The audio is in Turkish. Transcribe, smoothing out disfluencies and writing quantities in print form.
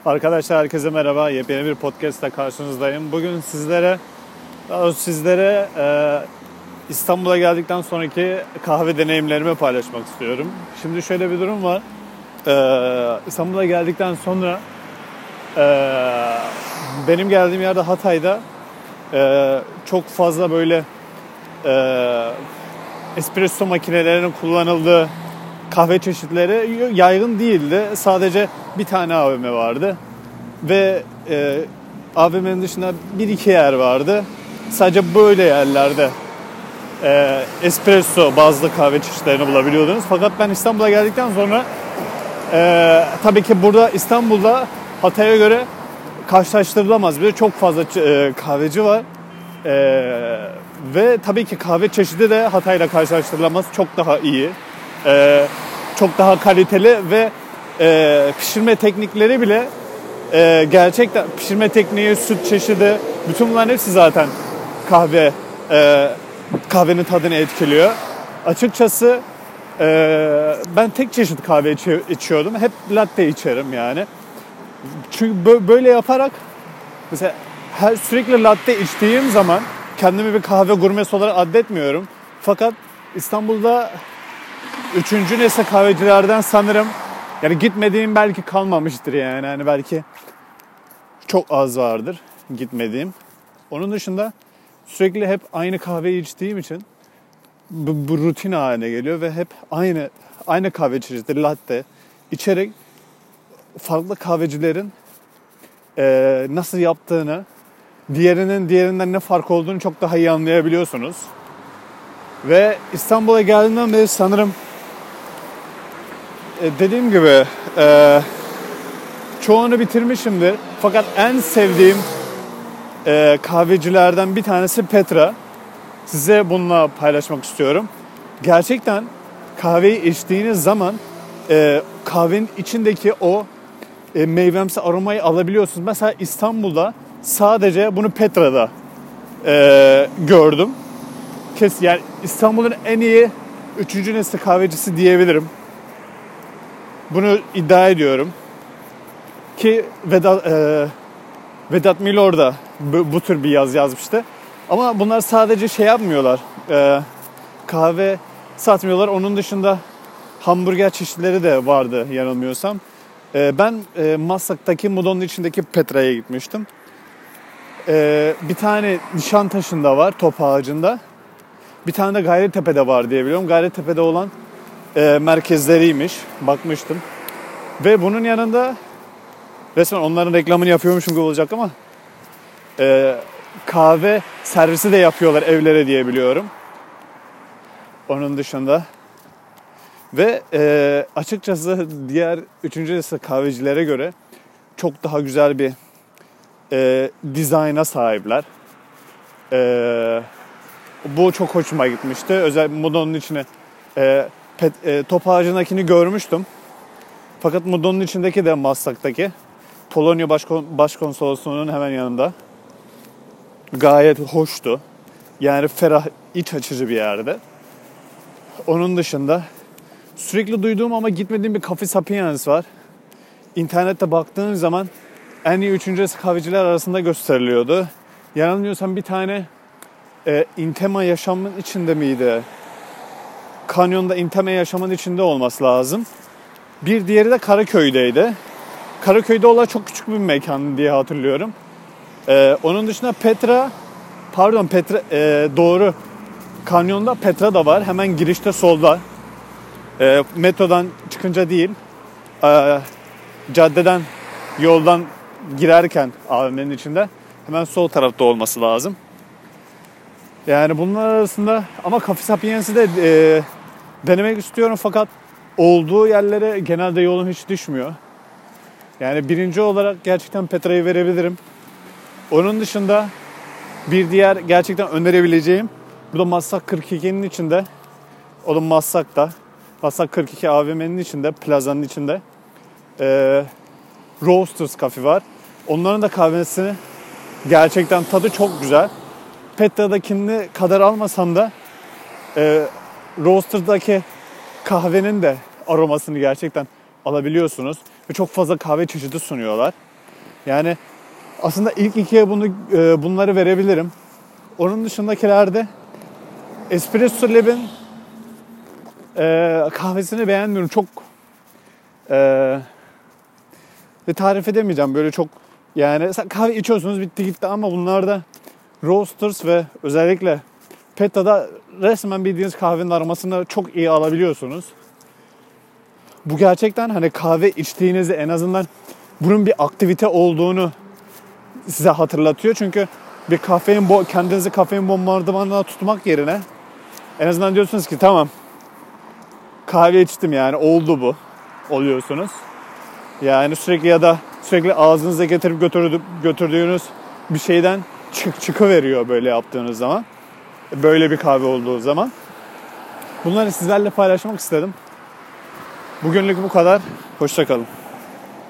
Arkadaşlar herkese merhaba. Yepyeni bir podcast'ta karşınızdayım. Bugün sizlere İstanbul'a geldikten sonraki kahve deneyimlerimi paylaşmak istiyorum. Şimdi şöyle bir durum var. İstanbul'a geldikten sonra benim geldiğim yerde Hatay'da çok fazla böyle espresso makinelerinin kullanıldığı kahve çeşitleri yaygın değildi. Sadece bir tane AVM vardı. Ve AVM'nin dışında bir iki yer vardı. Sadece böyle yerlerde espresso bazlı kahve çeşitlerini bulabiliyordunuz. Fakat ben İstanbul'a geldikten sonra tabii ki burada İstanbul'da Hatay'a göre karşılaştırılamaz. Bir de çok fazla kahveci var. Ve tabii ki kahve çeşidi de Hatay'la karşılaştırılamaz. Çok daha iyi. Çok daha kaliteli ve pişirme teknikleri bile gerçekten pişirme tekniği, süt çeşidi, bütün bunların hepsi zaten kahvenin tadını etkiliyor. Açıkçası ben tek çeşit kahve içiyordum. Hep latte içerim yani. Çünkü böyle yaparak mesela sürekli latte içtiğim zaman kendimi bir kahve gurmesi olarak addetmiyorum. Fakat İstanbul'da 3. nesil kahvecilerden sanırım yani gitmediğim belki kalmamıştır yani. Hani belki çok az vardır gitmediğim. Onun dışında sürekli hep aynı kahveyi içtiğim için bu rutin haline geliyor ve hep aynı kahve çeşidi latte içerek farklı kahvecilerin nasıl yaptığını, diğerinden ne fark olduğunu çok daha iyi anlayabiliyorsunuz. Ve İstanbul'a geldiğimden beri sanırım dediğim gibi çoğunu bitirmişimdir. Fakat en sevdiğim kahvecilerden bir tanesi Petra. Size bununla paylaşmak istiyorum. Gerçekten kahveyi içtiğiniz zaman kahvenin içindeki o meyvemsi aromayı alabiliyorsunuz. Mesela İstanbul'da sadece bunu Petra'da gördüm. Yani İstanbul'un en iyi 3. nesil kahvecisi diyebilirim. Bunu iddia ediyorum. Ki Vedat Milor da bu tür bir yazı yazmıştı. Ama bunlar sadece şey yapmıyorlar. Kahve satmıyorlar. Onun dışında hamburger çeşitleri de vardı yanılmıyorsam. Ben Maslak'taki Mudon'un içindeki Petra'ya gitmiştim. Bir tane Nişantaşı'nda var, Top Ağacı'nda. Bir tane de Gayrettepe'de var diye biliyorum. Gayrettepe'de olan merkezleriymiş. Bakmıştım. Ve bunun yanında resmen onların reklamını yapıyormuşum gibi olacak ama kahve servisi de yapıyorlar evlere diye biliyorum. Onun dışında ve açıkçası diğer 3. nesil kahvecilere göre çok daha güzel bir dizayna sahipler. Bu çok hoşuma gitmişti. Özellikle Mudon'un içine Top Ağacı'ndakini görmüştüm. Fakat Mudon'un içindeki de Maslak'taki Polonya Başkonsolosluğu'nun hemen yanında. Gayet hoştu. Yani ferah, iç açıcı bir yerde. Onun dışında sürekli duyduğum ama gitmediğim bir Coffee Sapiens var. İnternette baktığım zaman en iyi 3. nesil kahveciler arasında gösteriliyordu. Yanılmıyorsam bir tane Intema Yaşam'ın içinde miydi? Kanyon'da Intema Yaşam'ın içinde olması lazım. Bir diğeri de Karaköy'deydi. Karaköy'de olan çok küçük bir mekan diye hatırlıyorum. Onun dışında Petra doğru. Kanyon'da Petra da var. Hemen girişte solda. Metrodan çıkınca değil. Caddeden, yoldan girerken AVM'nin içinde hemen sol tarafta olması lazım. Yani bunlar arasında ama Coffee Sapiens'i de denemek istiyorum fakat olduğu yerlere genelde yolum hiç düşmüyor. Yani birinci olarak gerçekten Petra'yı verebilirim. Onun dışında bir diğer gerçekten önerebileceğim bu da Maslak 42'nin içinde. O da Maslak'ta. Maslak 42 AVM'nin içinde, plazanın içinde. Roasters Coffee var. Onların da kahvesini gerçekten tadı çok güzel. Petra'dakini kadar almasam da Roasters'daki kahvenin de aromasını gerçekten alabiliyorsunuz. Ve çok fazla kahve çeşidi sunuyorlar. Yani aslında ilk ikiye bunları verebilirim. Onun dışındakilerde Espresso Lab'in kahvesini beğenmiyorum. Çok ve tarif edemeyeceğim. Böyle çok yani kahve içiyorsunuz bitti gitti ama bunlarda Roasters ve özellikle Petta'da resmen bildiğiniz kahvenin aromasını çok iyi alabiliyorsunuz. Bu gerçekten hani kahve içtiğinizde en azından bunun bir aktivite olduğunu size hatırlatıyor. Çünkü bir kendinizi kafein bombardımanına tutmak yerine en azından diyorsunuz ki tamam kahve içtim yani oldu bu oluyorsunuz. Yani sürekli ağzınıza getirip götürdüğünüz bir şeyden çıkıveriyor böyle yaptığınız zaman. Böyle bir kahve olduğu zaman. Bunları sizlerle paylaşmak istedim. Bugünlük bu kadar. Hoşça kalın.